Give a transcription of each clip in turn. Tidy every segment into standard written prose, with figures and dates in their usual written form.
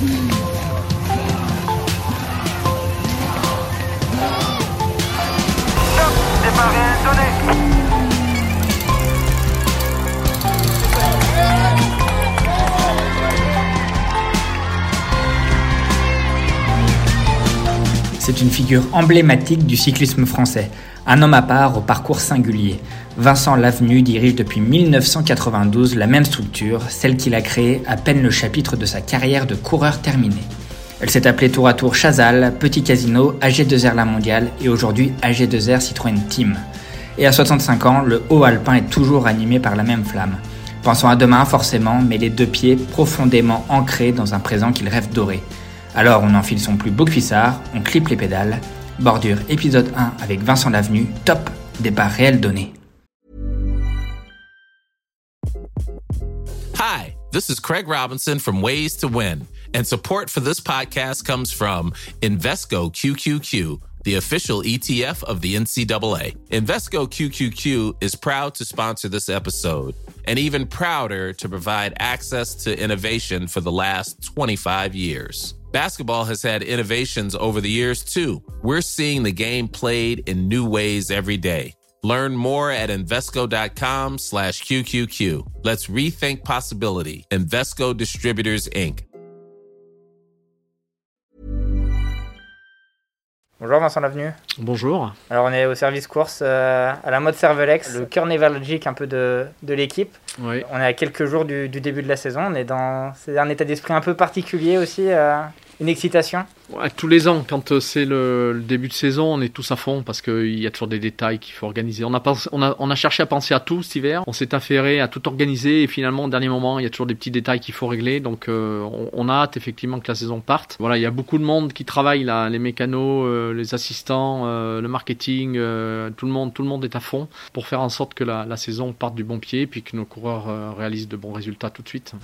Départ réel donné. C'est une figure emblématique du cyclisme français, un homme à part au parcours singulier. Vincent Lavenu dirige depuis 1992 la même structure, celle qu'il a créée à peine le chapitre de sa carrière de coureur terminé. Elle s'est appelée tour à tour Chazal, Petit Casino, AG2R La Mondiale et aujourd'hui AG2R Citroën Team. Et à 65 ans, le haut alpin est toujours animé par la même flamme. Pensons à demain forcément, mais les deux pieds profondément ancrés dans un présent qu'il rêve doré. Alors on enfile son plus beau cuissard, on clip les pédales. Bordure épisode 1 avec Vincent Lavenu, top, départ réel donné. Hi, this is Craig Robinson from Ways to Win, and support for this podcast comes from Invesco QQQ, the official ETF of the NCAA. Invesco QQQ is proud to sponsor this episode, and even prouder to provide access to innovation for the last 25 years. Basketball has had innovations over the years, too. We're seeing the game played in new ways every day. Learn more at Invesco.com/QQQ. Let's rethink possibility. Invesco Distributors, Inc. Bonjour Vincent Lavenu. Bonjour. Alors on est au service course à la mode Cervelex, le cœur névralgique un peu de l'équipe. Oui. On est à quelques jours du début de la saison, c'est un état d'esprit un peu particulier aussi, une excitation. Ouais, tous les ans, quand c'est le début de saison, on est tous à fond parce qu'il y a toujours des détails qu'il faut organiser. On a cherché à penser à tout cet hiver, on s'est affairé à tout organiser et finalement au dernier moment, il y a toujours des petits détails qu'il faut régler. Donc on a hâte effectivement que la saison parte. Voilà, il y a beaucoup de monde qui travaille là, les mécanos, les assistants, le marketing, tout le monde est à fond pour faire en sorte que la saison parte du bon pied et puis que nos coureurs réalisent de bons résultats tout de suite.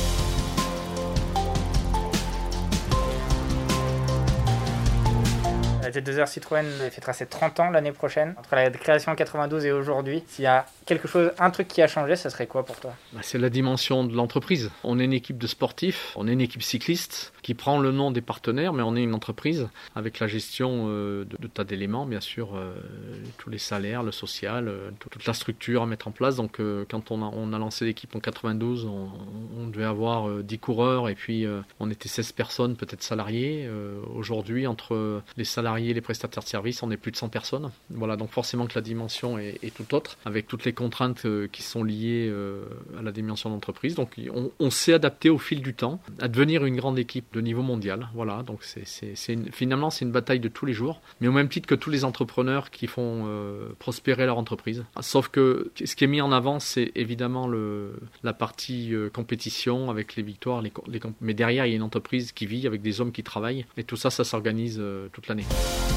La AG2R Citroën fêtera ses 30 ans l'année prochaine. Entre la création en 92 et aujourd'hui, s'il y a un truc qui a changé, ça serait quoi pour toi ? C'est la dimension de l'entreprise. On est une équipe de sportifs, on est une équipe cycliste qui prend le nom des partenaires, mais on est une entreprise avec la gestion de tas d'éléments, bien sûr, tous les salaires, le social, toute la structure à mettre en place. Donc quand on a lancé l'équipe en 92, on devait avoir 10 coureurs et puis on était 16 personnes, peut-être salariés. Aujourd'hui, entre les salariés et les prestataires de services, on est plus de 100 personnes. Voilà, donc forcément que la dimension est tout autre, avec toutes les contraintes qui sont liées à la dimension d'entreprise. Donc on s'est adapté au fil du temps à devenir une grande équipe de niveau mondial. Voilà, donc finalement c'est une bataille de tous les jours, mais au même titre que tous les entrepreneurs qui font prospérer leur entreprise. Sauf que ce qui est mis en avant, c'est évidemment la partie compétition avec les victoires, mais derrière il y a une entreprise qui vit avec des hommes qui travaillent, et tout ça s'organise toute l'année.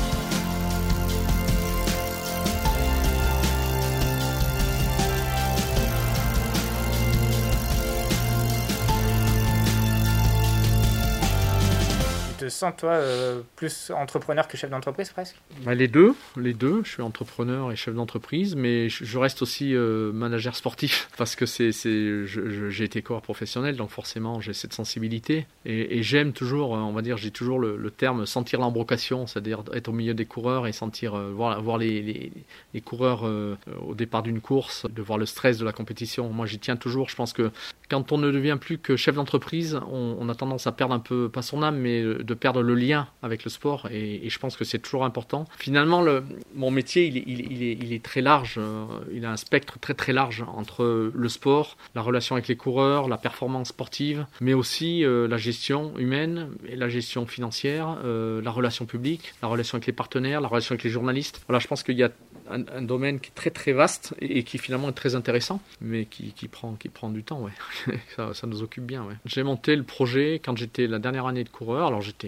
Tu te sens toi plus entrepreneur que chef d'entreprise presque ? Les deux, je suis entrepreneur et chef d'entreprise, mais je reste aussi manager sportif parce que j'ai été coureur professionnel, donc forcément j'ai cette sensibilité et j'aime toujours, on va dire, j'ai toujours le terme sentir l'embrocation, c'est-à-dire être au milieu des coureurs et sentir, voir les coureurs au départ d'une course, de voir le stress de la compétition. Moi j'y tiens toujours, je pense que quand on ne devient plus que chef d'entreprise, on a tendance à perdre un peu, pas son âme, mais de perdre le lien avec le sport et je pense que c'est toujours important. Finalement, mon métier, il est très large, il a un spectre très très large entre le sport, la relation avec les coureurs, la performance sportive, mais aussi la gestion humaine, et la gestion financière, la relation publique, la relation avec les partenaires, la relation avec les journalistes. Voilà, je pense qu'il y a un domaine qui est très très vaste et qui finalement est très intéressant, mais qui prend du temps, ouais. ça nous occupe bien, ouais. J'ai monté le projet quand j'étais la dernière année de coureur. Alors j'étais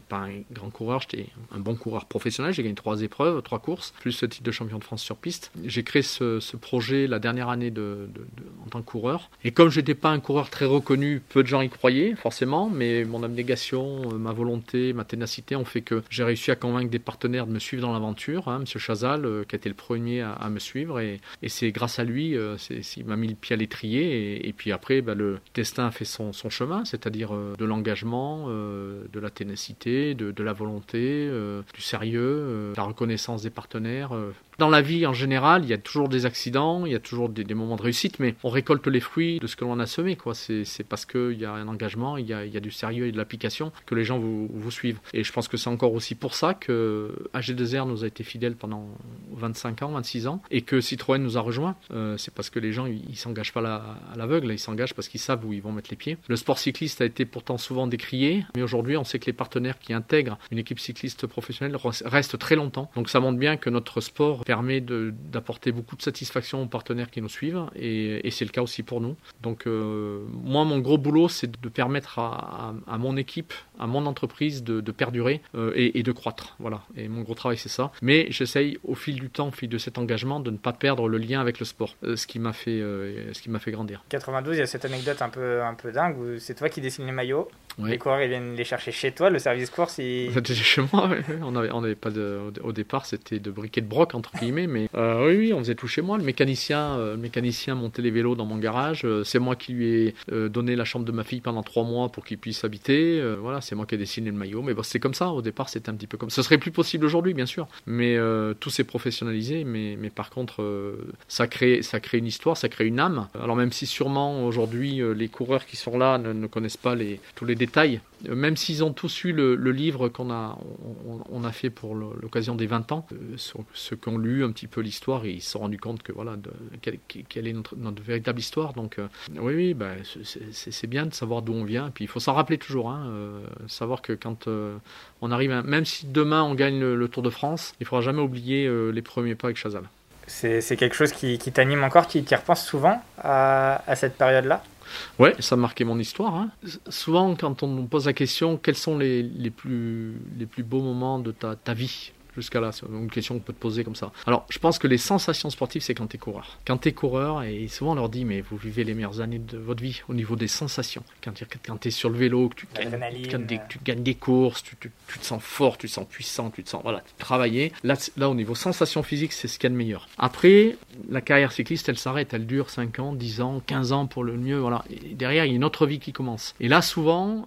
j'étais pas un grand coureur, j'étais un bon coureur professionnel. J'ai gagné 3 épreuves, 3 courses, plus le titre de champion de France sur piste. J'ai créé ce projet la dernière année en tant que coureur. Et comme j'étais pas un coureur très reconnu, peu de gens y croyaient forcément, mais mon abnégation, ma volonté, ma ténacité ont fait que j'ai réussi à convaincre des partenaires de me suivre dans l'aventure. Monsieur Chazal, qui a été le premier à me suivre, et c'est grâce à lui, il m'a mis le pied à l'étrier. Et puis après, le destin a fait son chemin, c'est-à-dire de l'engagement, de la ténacité, de la volonté, du sérieux, de la reconnaissance des partenaires. Dans la vie en général, il y a toujours des accidents, il y a toujours des moments de réussite, mais on récolte les fruits de ce que l'on a semé, quoi. C'est parce qu'il y a un engagement, il y a du sérieux et de l'application que les gens vous suivent. Et je pense que c'est encore aussi pour ça que AG2R nous a été fidèle pendant 25 ans, 26 ans, et que Citroën nous a rejoints. C'est parce que les gens, ils s'engagent pas à l'aveugle, ils s'engagent parce qu'ils savent où ils vont mettre les pieds. Le sport cycliste a été pourtant souvent décrié, mais aujourd'hui, on sait que les partenaires qui intègrent une équipe cycliste professionnelle restent très longtemps. Donc ça montre bien que notre sport permet d'apporter beaucoup de satisfaction aux partenaires qui nous suivent, et c'est le cas aussi pour nous. Donc moi, mon gros boulot, c'est de permettre à mon équipe, à mon entreprise de perdurer et de croître. Voilà. Et mon gros travail, c'est ça. Mais j'essaye au fil du temps, au fil de cet engagement, de ne pas perdre le lien avec le sport, ce qui m'a fait grandir. 92, il y a cette anecdote un peu dingue où c'est toi qui dessines les maillots. Oui. Les coureurs, ils viennent les chercher chez toi. Le service course, C'était chez moi. Ouais. On avait pas au départ, c'était de briquet de broc entre guillemets, mais oui, on faisait tout chez moi. Le mécanicien montait les vélos dans mon garage. C'est moi qui lui ai donné la chambre de ma fille pendant 3 mois pour qu'il puisse habiter. Voilà, c'est moi qui ai dessiné le maillot. Mais bon, c'est comme ça. Au départ, c'était un petit peu comme ça. Ce serait plus possible aujourd'hui, bien sûr. Mais tout s'est professionnalisé. Mais par contre, ça crée une histoire, ça crée une âme. Alors même si sûrement aujourd'hui les coureurs qui sont là ne connaissent pas tous les détails, même s'ils ont tous eu le livre qu'on a fait pour l'occasion des 20 ans, ceux qui ont lu un petit peu l'histoire, et ils se sont rendus compte que voilà, quelle est notre véritable histoire. Donc oui, c'est bien de savoir d'où on vient. Et puis il faut s'en rappeler toujours, savoir que quand on arrive, même si demain on gagne le Tour de France, il ne faudra jamais oublier les premiers pas avec Chazal. C'est quelque chose qui t'anime encore, qui t'y repenses souvent à cette période-là? Ouais, ça a marqué mon histoire. Souvent, quand on nous pose la question, quels sont les plus beaux moments de ta vie jusqu'à là, c'est une question qu'on peut te poser comme ça. Alors, je pense que les sensations sportives, c'est quand tu es coureur. Quand tu es coureur, et souvent on leur dit, mais vous vivez les meilleures années de votre vie au niveau des sensations. Quand tu es sur le vélo, que tu gagnes des courses, tu te sens fort, tu te sens puissant, tu te sens travailler. Là, au niveau sensations physiques, c'est ce qu'il y a de meilleur. Après, la carrière cycliste, elle s'arrête, elle dure 5 ans, 10 ans, 15 ans pour le mieux. Voilà. Et derrière, il y a une autre vie qui commence. Et là, souvent,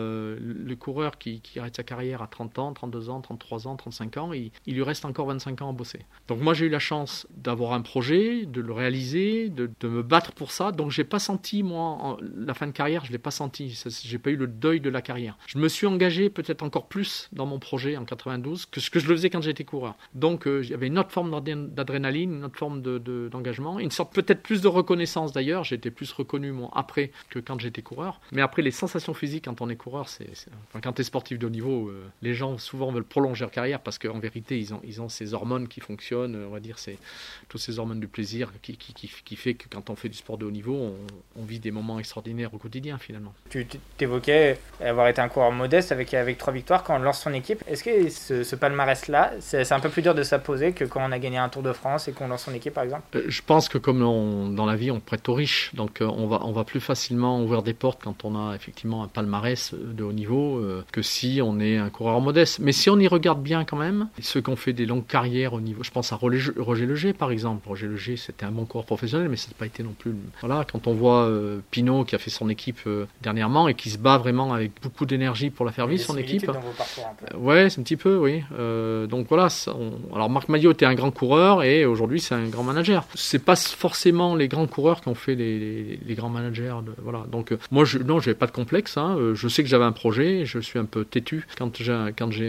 le coureur qui arrête sa carrière à 30 ans, 32 ans, 33 ans, 35 ans, il lui reste encore 25 ans à bosser. Donc moi, j'ai eu la chance d'avoir un projet, de le réaliser, de me battre pour ça. Donc j'ai pas senti, moi, la fin de carrière, je l'ai pas senti. J'ai pas eu le deuil de la carrière. Je me suis engagé peut-être encore plus dans mon projet en 92 que ce que je le faisais quand j'étais coureur. Donc il y avait une autre forme d'adrénaline, une autre forme d'engagement, une sorte peut-être plus de reconnaissance d'ailleurs. J'ai été plus reconnu après que quand j'étais coureur. Mais après, les sensations physiques quand on est coureur, quand tu es sportif de haut niveau, les gens souvent veulent prolonger leur carrière parce qu'en vérité, ils ont ces hormones qui fonctionnent, on va dire, c'est tous ces hormones du plaisir qui fait que quand on fait du sport de haut niveau, on vit des moments extraordinaires au quotidien finalement. Tu t'évoquais avoir été un coureur modeste avec 3 victoires quand on lance son équipe. Est-ce que ce palmarès-là, c'est un peu plus dur de s'imposer que quand on a gagné un Tour de France et qu'on lance son équipe par exemple? Je pense que comme dans la vie, on prête aux riches, donc on va plus facilement ouvrir des portes quand on a effectivement un palmarès de haut niveau que si on est un coureur modeste. Mais si on y regarde bien quand même, ceux qui ont fait des longues carrières au niveau, je pense à Roger Leger par exemple. Roger Leger, c'était un bon coureur professionnel, mais ça n'a pas été non plus. Voilà, quand on voit Pinot qui a fait son équipe dernièrement et qui se bat vraiment avec beaucoup d'énergie pour la faire vivre son équipe. Dans vos parcours, un peu. Ouais, c'est un petit peu, oui. Donc voilà, alors Marc Maillot était un grand coureur et aujourd'hui c'est un grand manager. C'est pas forcément les grands coureurs qui ont fait les grands managers. Voilà. Donc moi, j'avais pas de complexe. Je sais que j'avais un projet. Je suis un peu têtu quand j'ai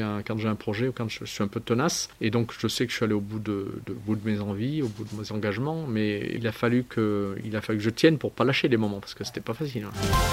un projet ou quand je suis un peu tenace. Et donc je sais que je suis allé au bout de mes envies, au bout de mes engagements. Mais il a fallu que je tienne pour pas lâcher des moments parce que c'était pas facile.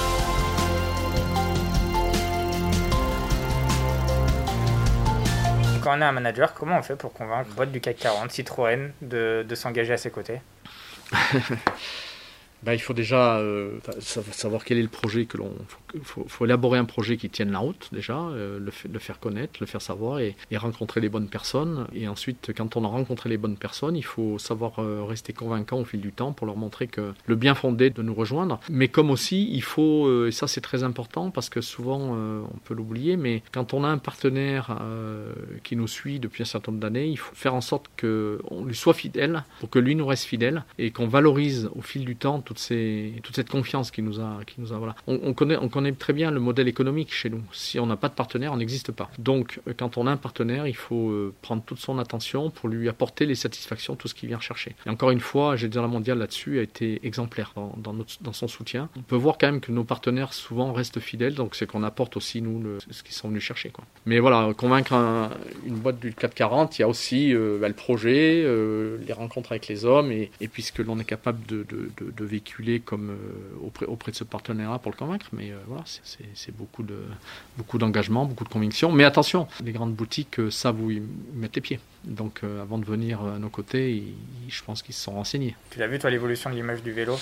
Quand on est un manager, comment on fait pour convaincre une boîte du CAC 40, Citroën, de s'engager à ses côtés? Il faut déjà savoir quel est le projet faut élaborer un projet qui tienne la route déjà, le faire connaître, le faire savoir et rencontrer les bonnes personnes. Et ensuite, quand on a rencontré les bonnes personnes, il faut savoir rester convaincant au fil du temps pour leur montrer que le bien fondé de nous rejoindre. Mais comme aussi, il faut, et ça c'est très important parce que souvent on peut l'oublier, mais quand on a un partenaire qui nous suit depuis un certain nombre d'années, il faut faire en sorte qu'on lui soit fidèle pour que lui nous reste fidèle et qu'on valorise au fil du temps toute cette confiance qu'il nous a voilà. On connaît très bien le modèle économique chez nous. Si on n'a pas de partenaire, on n'existe pas. Donc, quand on a un partenaire, il faut prendre toute son attention pour lui apporter les satisfactions, tout ce qu'il vient chercher. Et encore une fois, j'ai dit la mondiale là-dessus a été exemplaire dans son soutien. On peut voir quand même que nos partenaires souvent restent fidèles, donc c'est qu'on apporte aussi nous ce qu'ils sont venus chercher, quoi. Mais voilà, convaincre une boîte du 440, il y a aussi le projet, les rencontres avec les hommes, et puisque l'on est capable de véhiculer comme auprès de ce partenaire-là pour le convaincre, mais voilà, c'est beaucoup d'engagement, beaucoup de conviction. Mais attention, les grandes boutiques savent où ils mettent les pieds. Donc avant de venir à nos côtés, je pense qu'ils se sont renseignés. Tu l'as vu toi, l'évolution de l'image du vélo?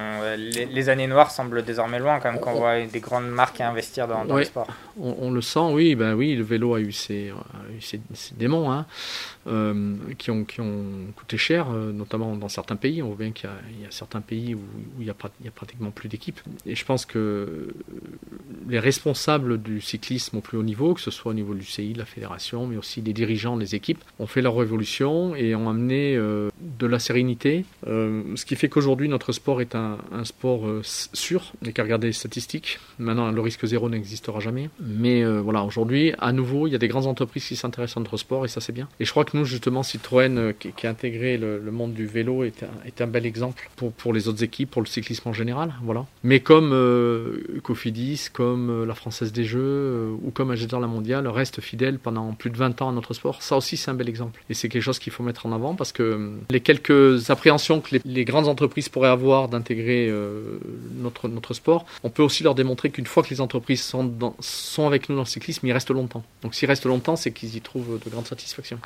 Les années noires semblent désormais loin quand même, quand on voit des grandes marques investir dans le sport. On le sent, oui, le vélo a eu ses démons, hein, qui ont coûté cher, notamment dans certains pays. On voit bien qu'il y a certains pays où il y a pratiquement plus d'équipes. Et je pense que les responsables du cyclisme au plus haut niveau, que ce soit au niveau du CI, de la fédération, mais aussi des dirigeants des équipes, ont fait leur révolution et ont amené de la sérénité. Ce qui fait qu'aujourd'hui, notre sport est un sport sûr. Il n'y a qu'à regarder les statistiques. Maintenant, le risque zéro n'existera jamais. Mais voilà, aujourd'hui, à nouveau, il y a des grandes entreprises qui s'intéressent à notre sport et ça, c'est bien. Et je crois que nous, justement, Citroën, qui a intégré le monde du vélo, est un bel exemple pour les autres équipes, pour le cyclisme en général. Voilà. Mais comme Cofidis, comme la Française des Jeux ou comme AG2R La Mondiale restent fidèles pendant plus de 20 ans à notre sport, ça aussi, c'est un bel exemple. Et c'est quelque chose qu'il faut mettre en avant parce que les quelques appréhensions que les grandes entreprises pourraient avoir d'intégrer notre sport, on peut aussi leur démontrer qu'une fois que les entreprises sont avec nous dans le cyclisme, ils restent longtemps. Donc s'ils restent longtemps, c'est qu'ils y trouvent de grandes satisfactions.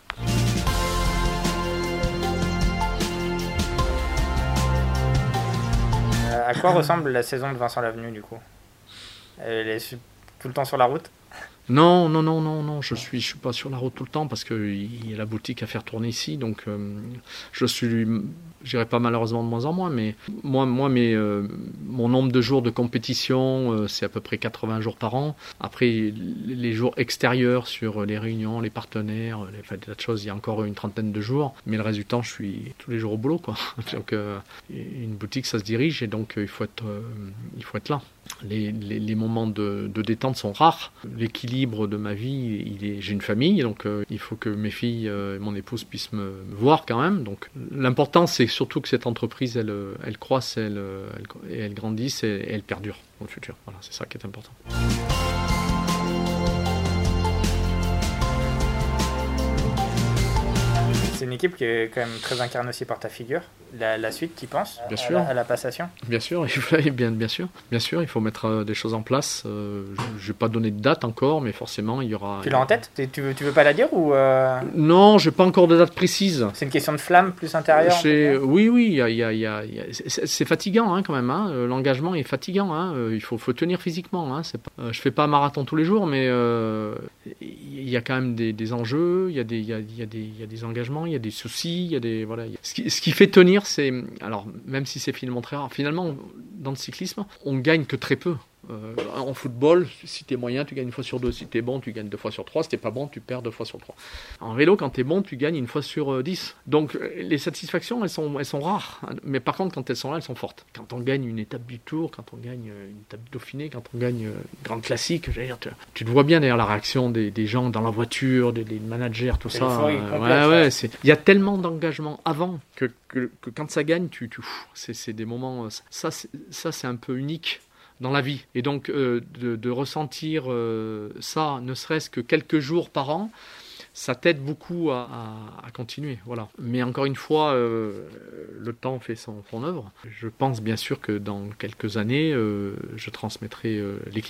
À quoi ressemble la saison de Vincent Lavenu du coup? Elle est tout le temps sur la route? Non, je suis pas sur la route tout le temps parce qu'il y a la boutique à faire tourner ici, donc j'irai pas malheureusement de moins en moins, mais mon nombre de jours de compétition, c'est à peu près 80 jours par an. Après, les jours extérieurs sur les réunions, les partenaires, des tas de choses, il y a encore une trentaine de jours, mais le reste du temps, je suis tous les jours au boulot, quoi. Donc, une boutique, ça se dirige et donc il faut être là. Les moments de détente sont rares. L'équilibre de ma vie, j'ai une famille, donc il faut que mes filles et mon épouse puissent me voir quand même. Donc l'important, c'est surtout que cette entreprise, elle croisse, elle grandisse et elle perdure dans le futur. Voilà, c'est ça qui est important. C'est une équipe qui est quand même très incarnée aussi par ta figure. La suite, tu y penses? Bien sûr. À la passation? Bien sûr, bien sûr, il faut mettre des choses en place. Je vais pas donner de date encore, mais forcément, il y aura... Tu l'as en tête? Tu veux pas la dire ou Non, j'ai pas encore de date précise. C'est une question de flamme plus intérieure? Oui, c'est fatigant hein, quand même. Hein. L'engagement est fatigant. Hein. Il faut tenir physiquement. Hein. Je fais pas un marathon tous les jours, mais il y a quand même des enjeux, il y a des engagements, il y a des soucis, il y a des voilà. Ce qui fait tenir, c'est alors même si c'est finalement très rare. Finalement, dans le cyclisme, on gagne que très peu. En football, si t'es moyen, tu gagnes une fois sur 2. Si t'es bon, tu gagnes 2 fois sur 3. Si t'es pas bon, tu perds 2 fois sur 3. En vélo, quand t'es bon, tu gagnes 1 fois sur 10. Donc les satisfactions, elles sont rares. Mais par contre, quand elles sont là, elles sont fortes. Quand on gagne une étape du Tour, quand on gagne une étape du Dauphiné, quand on gagne une grande classique, tu le vois bien d'ailleurs la réaction des gens dans la voiture, des managers, tout ça. Il y a tellement d'engagement avant que quand ça gagne, c'est des moments. Ça, c'est un peu unique dans la vie. Et donc, de ressentir ça, ne serait-ce que quelques jours par an, ça t'aide beaucoup à continuer. Voilà. Mais encore une fois, le temps fait son œuvre. Je pense bien sûr que dans quelques années, je transmettrai l'équipe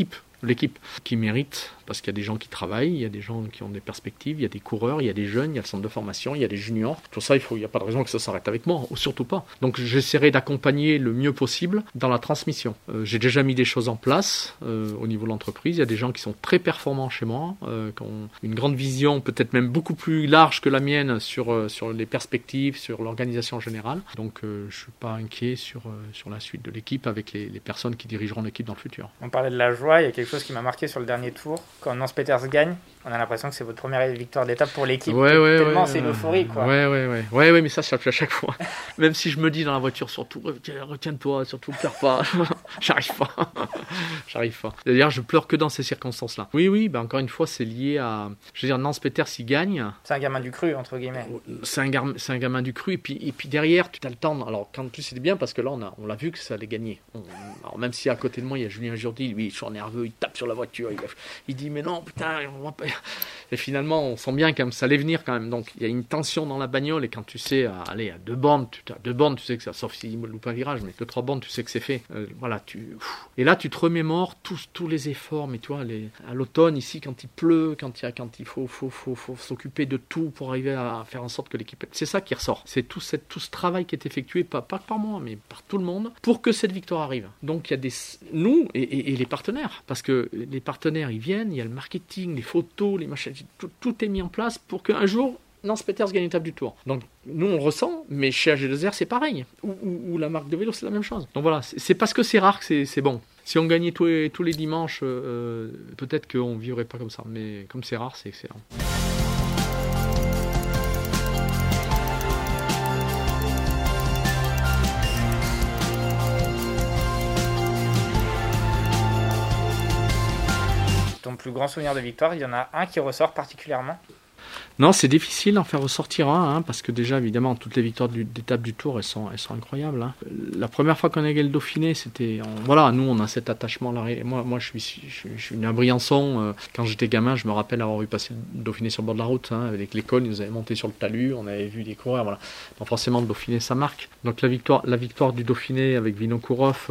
l'équipe, qui mérite, parce qu'il y a des gens qui travaillent, il y a des gens qui ont des perspectives, il y a des coureurs, il y a des jeunes, il y a le centre de formation, il y a des juniors. Tout ça, il n'y a pas de raison que ça s'arrête avec moi, ou surtout pas. Donc j'essaierai d'accompagner le mieux possible dans la transmission. J'ai déjà mis des choses en place au niveau de l'entreprise. Il y a des gens qui sont très performants chez moi, qui ont une grande vision, peut-être même beaucoup plus large que la mienne sur les perspectives, sur l'organisation générale. Donc je ne suis pas inquiet sur la suite de l'équipe avec les personnes qui dirigeront l'équipe dans le futur. On parlait de la joie, il y a quelque chose qui m'a marqué sur le dernier tour. Quand Nance Peters gagne, on a l'impression que c'est votre première victoire d'étape pour l'équipe. Tellement c'est l'euphorie, quoi. Ouais, mais ça fait à chaque fois. Même si je me dis dans la voiture, surtout, retiens-toi, surtout pleure pas. J'arrive pas. D'ailleurs, je pleure que dans ces circonstances-là. Oui, encore une fois, c'est lié à... Je veux dire, Nance Peters, il gagne. C'est un gamin du cru, entre guillemets. C'est un gamin du cru. Et puis derrière, tu as le temps. Alors, quand plus c'était bien, parce que là, on l'a vu que ça allait gagner. Alors, même si à côté de moi, il y a Julien Jourdi, lui, il est toujours nerveux, il tape sur la voiture. Il dit, mais non, putain, on va pas... Et finalement, on sent bien que ça allait venir quand même. Donc, il y a une tension dans la bagnole. Et quand tu sais, aller à 2 bornes, tu sais que ça, sauf s'il loupe un virage, mais 2-3 bornes, tu sais que c'est fait. Et là, tu te remémores tous les efforts. Mais tu vois, à l'automne, ici, quand il pleut, quand il faut s'occuper de tout pour arriver à faire en sorte que l'équipe... C'est ça qui ressort. C'est tout ce travail qui est effectué, pas par moi, mais par tout le monde, pour que cette victoire arrive. Donc, il y a nous et les partenaires. Parce que les partenaires, ils viennent, il y a le marketing, les photos, les machins, tout est mis en place pour qu'un jour, Nance Peters gagne l'étape du Tour. Donc, nous, on le ressent, mais chez AG2R, c'est pareil. Ou la marque de vélo, c'est la même chose. Donc voilà, c'est parce que c'est rare que c'est bon. Si on gagnait tous les dimanches, peut-être qu'on ne vivrait pas comme ça. Mais comme c'est rare, c'est excellent. Ton plus grand souvenir de victoire, il y en a un qui ressort particulièrement? Non, c'est difficile d'en faire ressortir un, parce que déjà, évidemment, toutes les victoires d'étape du Tour, elles sont incroyables. Hein. La première fois qu'on a gagné le Dauphiné, c'était... nous, on a cet attachement-là. Moi, je suis né à Briançon. Quand j'étais gamin, je me rappelle avoir vu passer le Dauphiné sur le bord de la route. Hein, avec l'école, ils nous avaient monté sur le talus, on avait vu des coureurs. Voilà. Donc forcément, le Dauphiné, ça marque. Donc la victoire du Dauphiné avec Vinokourov,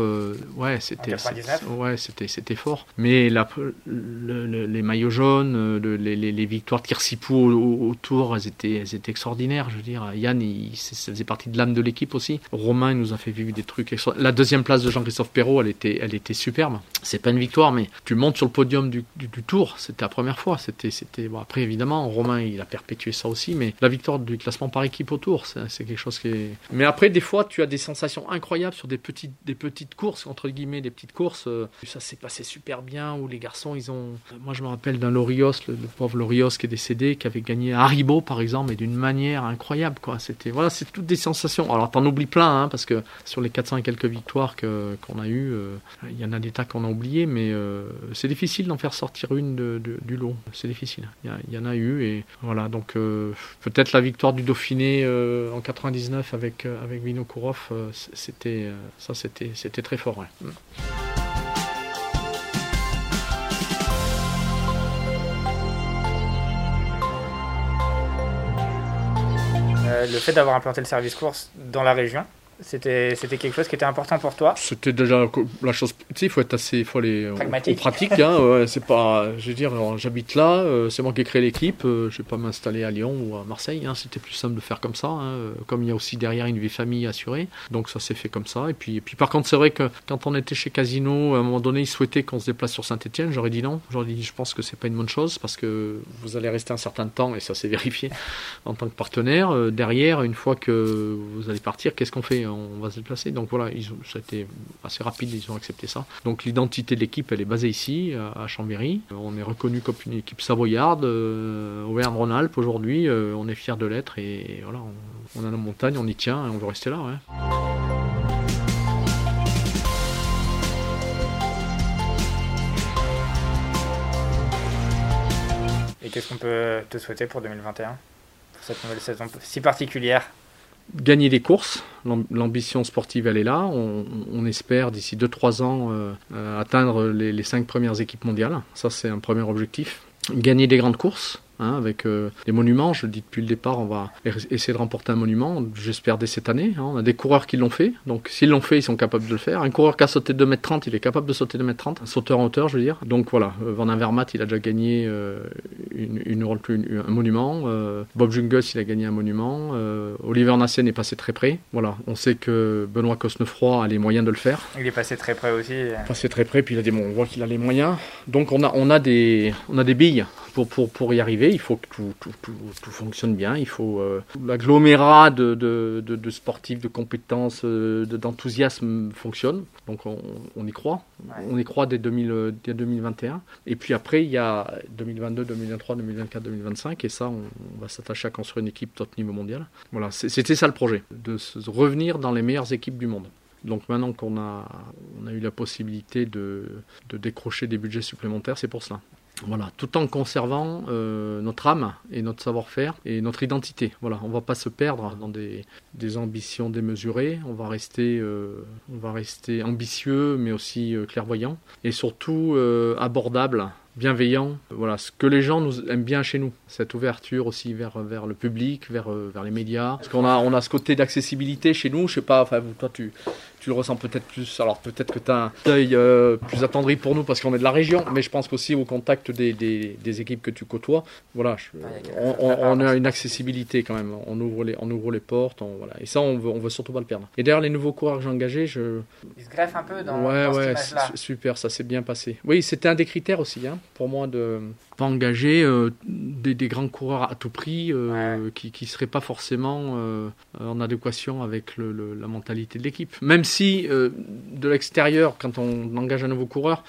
c'était fort. Mais les maillots jaunes, les victoires de Kirsipou autour, elles étaient extraordinaires. Je veux dire, Yann, ça faisait partie de l'âme de l'équipe aussi. Romain, il nous a fait vivre des trucs extraordinaires. La deuxième place de Jean-Christophe Perrault, elle était superbe. C'est pas une victoire, mais tu montes sur le podium du Tour, c'était la première fois. Bon, après, évidemment, Romain, il a perpétué ça aussi, mais la victoire du classement par équipe au Tour, c'est quelque chose qui est... Mais après, des fois, tu as des sensations incroyables sur des petites courses, entre guillemets, des petites courses. Ça s'est passé super bien, où les garçons, ils ont... Moi, je me rappelle d'un Lorios, le pauvre Lorios qui est décédé, qui avait gagné à Haribo, par exemple, et d'une manière incroyable, quoi. C'est toutes des sensations. Alors, t'en oublies plein, hein, parce que sur les 400 et quelques victoires qu'on a eues, il y en a des tas qu'on a oubliés, mais c'est difficile d'en faire sortir une du lot. C'est difficile. Il y en a eu, et voilà. Donc, peut-être la victoire du Dauphiné en 99 avec Vinokourov, c'était très fort, ouais. Le fait d'avoir implanté le service course dans la région, c'était quelque chose qui était important pour toi? C'était déjà la chose... Tu sais, il faut être assez... pragmatique. Pratique, hein, ouais, c'est pas... Je veux dire, j'habite là, c'est moi qui ai créé l'équipe, je vais pas m'installer à Lyon ou à Marseille, hein, c'était plus simple de faire comme ça, hein, comme il y a aussi derrière une vie famille assurée, donc ça s'est fait comme ça. Et puis par contre, c'est vrai que quand on était chez Casino, à un moment donné, ils souhaitaient qu'on se déplace sur Saint-Etienne, j'aurais dit non. J'aurais dit, je pense que c'est pas une bonne chose, parce que vous allez rester un certain temps, et ça s'est vérifié, en tant que partenaire. Derrière, une fois que vous allez partir, qu'est-ce qu'on fait? On va se déplacer. Donc voilà, ça a été assez rapide, ils ont accepté ça. Donc l'identité de l'équipe, elle est basée ici, à Chambéry. On est reconnu comme une équipe savoyarde, Auvergne-Rhône-Alpes aujourd'hui, on est fiers de l'être, et voilà, on a la montagne, on y tient, et on veut rester là, ouais. Et qu'est-ce qu'on peut te souhaiter pour 2021, pour cette nouvelle saison si particulière? Gagner des courses, l'ambition sportive elle est là, on espère d'ici 2-3 ans atteindre les 5 premières équipes mondiales, ça c'est un premier objectif. Gagner des grandes courses, avec les monuments. Je le dis depuis le départ, on va essayer de remporter un monument, j'espère dès cette année. On a des coureurs qui l'ont fait, donc s'ils l'ont fait, ils sont capables de le faire. Un coureur qui a sauté 2m30, il est capable de sauter 2m30, un sauteur en hauteur, je veux dire. Donc voilà, Van Avermaet, il a déjà gagné un monument. Bob Jungels, il a gagné un monument. Oliver Nassen est passé très près. Voilà, on sait que Benoît Cosnefroy a les moyens de le faire. Il est passé très près aussi. Passé très près, puis on voit qu'il a les moyens. Donc on a des billes pour y arriver. Il faut que tout fonctionne bien. Il faut l'agglomérat de sportifs, de compétences, d'enthousiasme fonctionne. Donc on y croit. Ouais. On y croit dès 2021. Et puis après, il y a 2022, 2023, 2024, 2025. Et ça, on va s'attacher à construire une équipe top niveau mondial. Voilà, c'était ça le projet, de revenir dans les meilleures équipes du monde. Donc maintenant qu'on a eu la possibilité de décrocher des budgets supplémentaires, c'est pour cela. Voilà, tout en conservant notre âme et notre savoir-faire et notre identité. Voilà, on ne va pas se perdre dans des ambitions démesurées. On va rester ambitieux, mais aussi clairvoyant et surtout abordable, bienveillant. Voilà, ce que les gens nous aiment bien chez nous. Cette ouverture aussi vers le public, vers les médias. Parce qu'on a ce côté d'accessibilité chez nous. Je sais pas, enfin toi tu le ressens peut-être plus. Alors peut-être que tu as un œil plus attendri pour nous parce qu'on est de la région, mais je pense qu'aussi au contact des équipes que tu côtoies, voilà, on a une accessibilité quand même. On ouvre les portes, voilà. Et ça on veut surtout pas le perdre. Et d'ailleurs les nouveaux coureurs que j'ai engagés, ils se greffent un peu dans cette image-là. Super, ça s'est bien passé. Oui, c'était un des critères aussi, pour moi de pas engager des grands coureurs à tout prix qui seraient pas forcément en adéquation avec la mentalité de l'équipe. Même si de l'extérieur, quand on engage un nouveau coureur,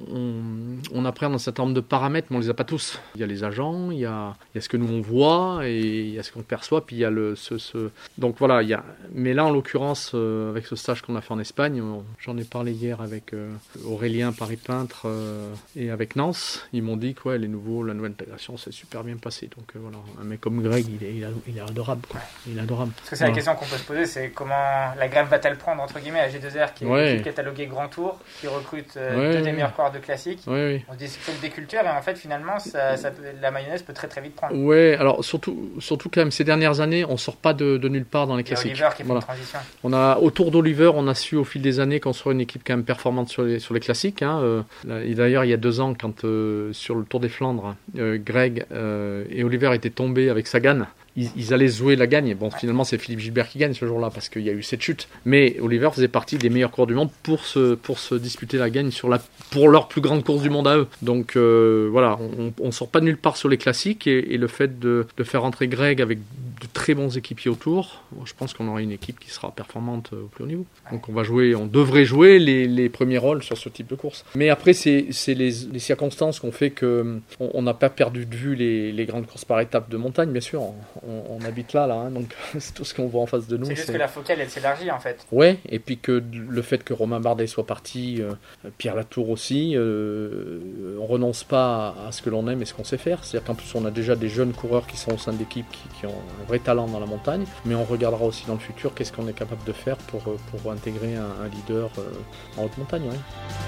on appréhende un certain nombre de paramètres, mais on les a pas tous. Il y a les agents, il y a ce que nous on voit et il y a ce qu'on perçoit, puis il y a donc voilà, mais là en l'occurrence avec ce stage qu'on a fait en Espagne, j'en ai parlé hier avec Aurélien Paris Peintre et avec Nance, ils m'ont dit que la nouvelle intégration s'est super bien passée. Donc voilà, un mec comme Greg, il est adorable, quoi. Il est adorable. Parce que c'est la question qu'on peut se poser, c'est comment la grève va-t-elle prendre entre guillemets à G2R, qui est une équipe cataloguée Grand Tour, qui recrute deux des meilleurs coureurs de classique. On se dit c'est que des cultures et en fait finalement la mayonnaise peut très très vite prendre. Ouais, alors surtout quand même ces dernières années, on sort pas de nulle part dans les classiques. Oliver qui fait une transition. Autour d'Oliver, on a su au fil des années construire une équipe quand même performante sur les classiques. Et d'ailleurs il y a 2 ans quand sur le Tour des Flandres, Greg et Oliver étaient tombés avec Sagan. Ils allaient jouer la gagne. Bon, finalement, c'est Philippe Gilbert qui gagne ce jour-là parce qu'il y a eu cette chute. Mais Oliver faisait partie des meilleurs coureurs du monde pour se disputer la gagne pour leur plus grande course du monde à eux. Donc voilà, on sort pas de nulle part sur les classiques et le fait de faire rentrer Greg avec de très bons équipiers autour, je pense qu'on aura une équipe qui sera performante au plus haut niveau. Donc on devrait jouer les premiers rôles sur ce type de course. Mais après, c'est les circonstances qu'on fait qu'on n'a pas perdu de vue les grandes courses par étapes de montagne, bien sûr. On habite là, donc c'est tout ce qu'on voit en face de nous. C'est juste que la focale, elle s'élargit en fait. Ouais, et puis que le fait que Romain Bardet soit parti, Pierre Latour aussi, on renonce pas à ce que l'on aime et ce qu'on sait faire. C'est-à-dire qu'en plus, on a déjà des jeunes coureurs qui sont au sein de l'équipe qui ont un vrai talent dans la montagne, mais on regardera aussi dans le futur qu'est-ce qu'on est capable de faire pour intégrer un leader en haute montagne. Ouais.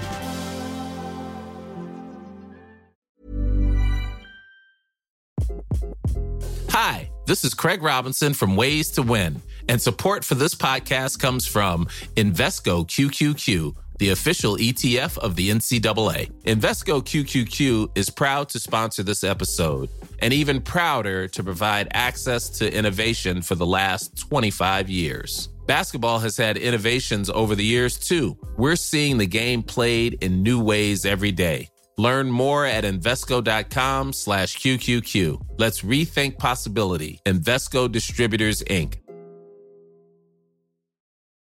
Hi, this is Craig Robinson from Ways to Win, and support for this podcast comes from Invesco QQQ, the official ETF of the NCAA. Invesco QQQ is proud to sponsor this episode, and even prouder to provide access to innovation for the last 25 years. Basketball has had innovations over the years, too. We're seeing the game played in new ways every day. Learn more at Invesco.com/QQQ. Let's rethink possibility. Invesco Distributors, Inc.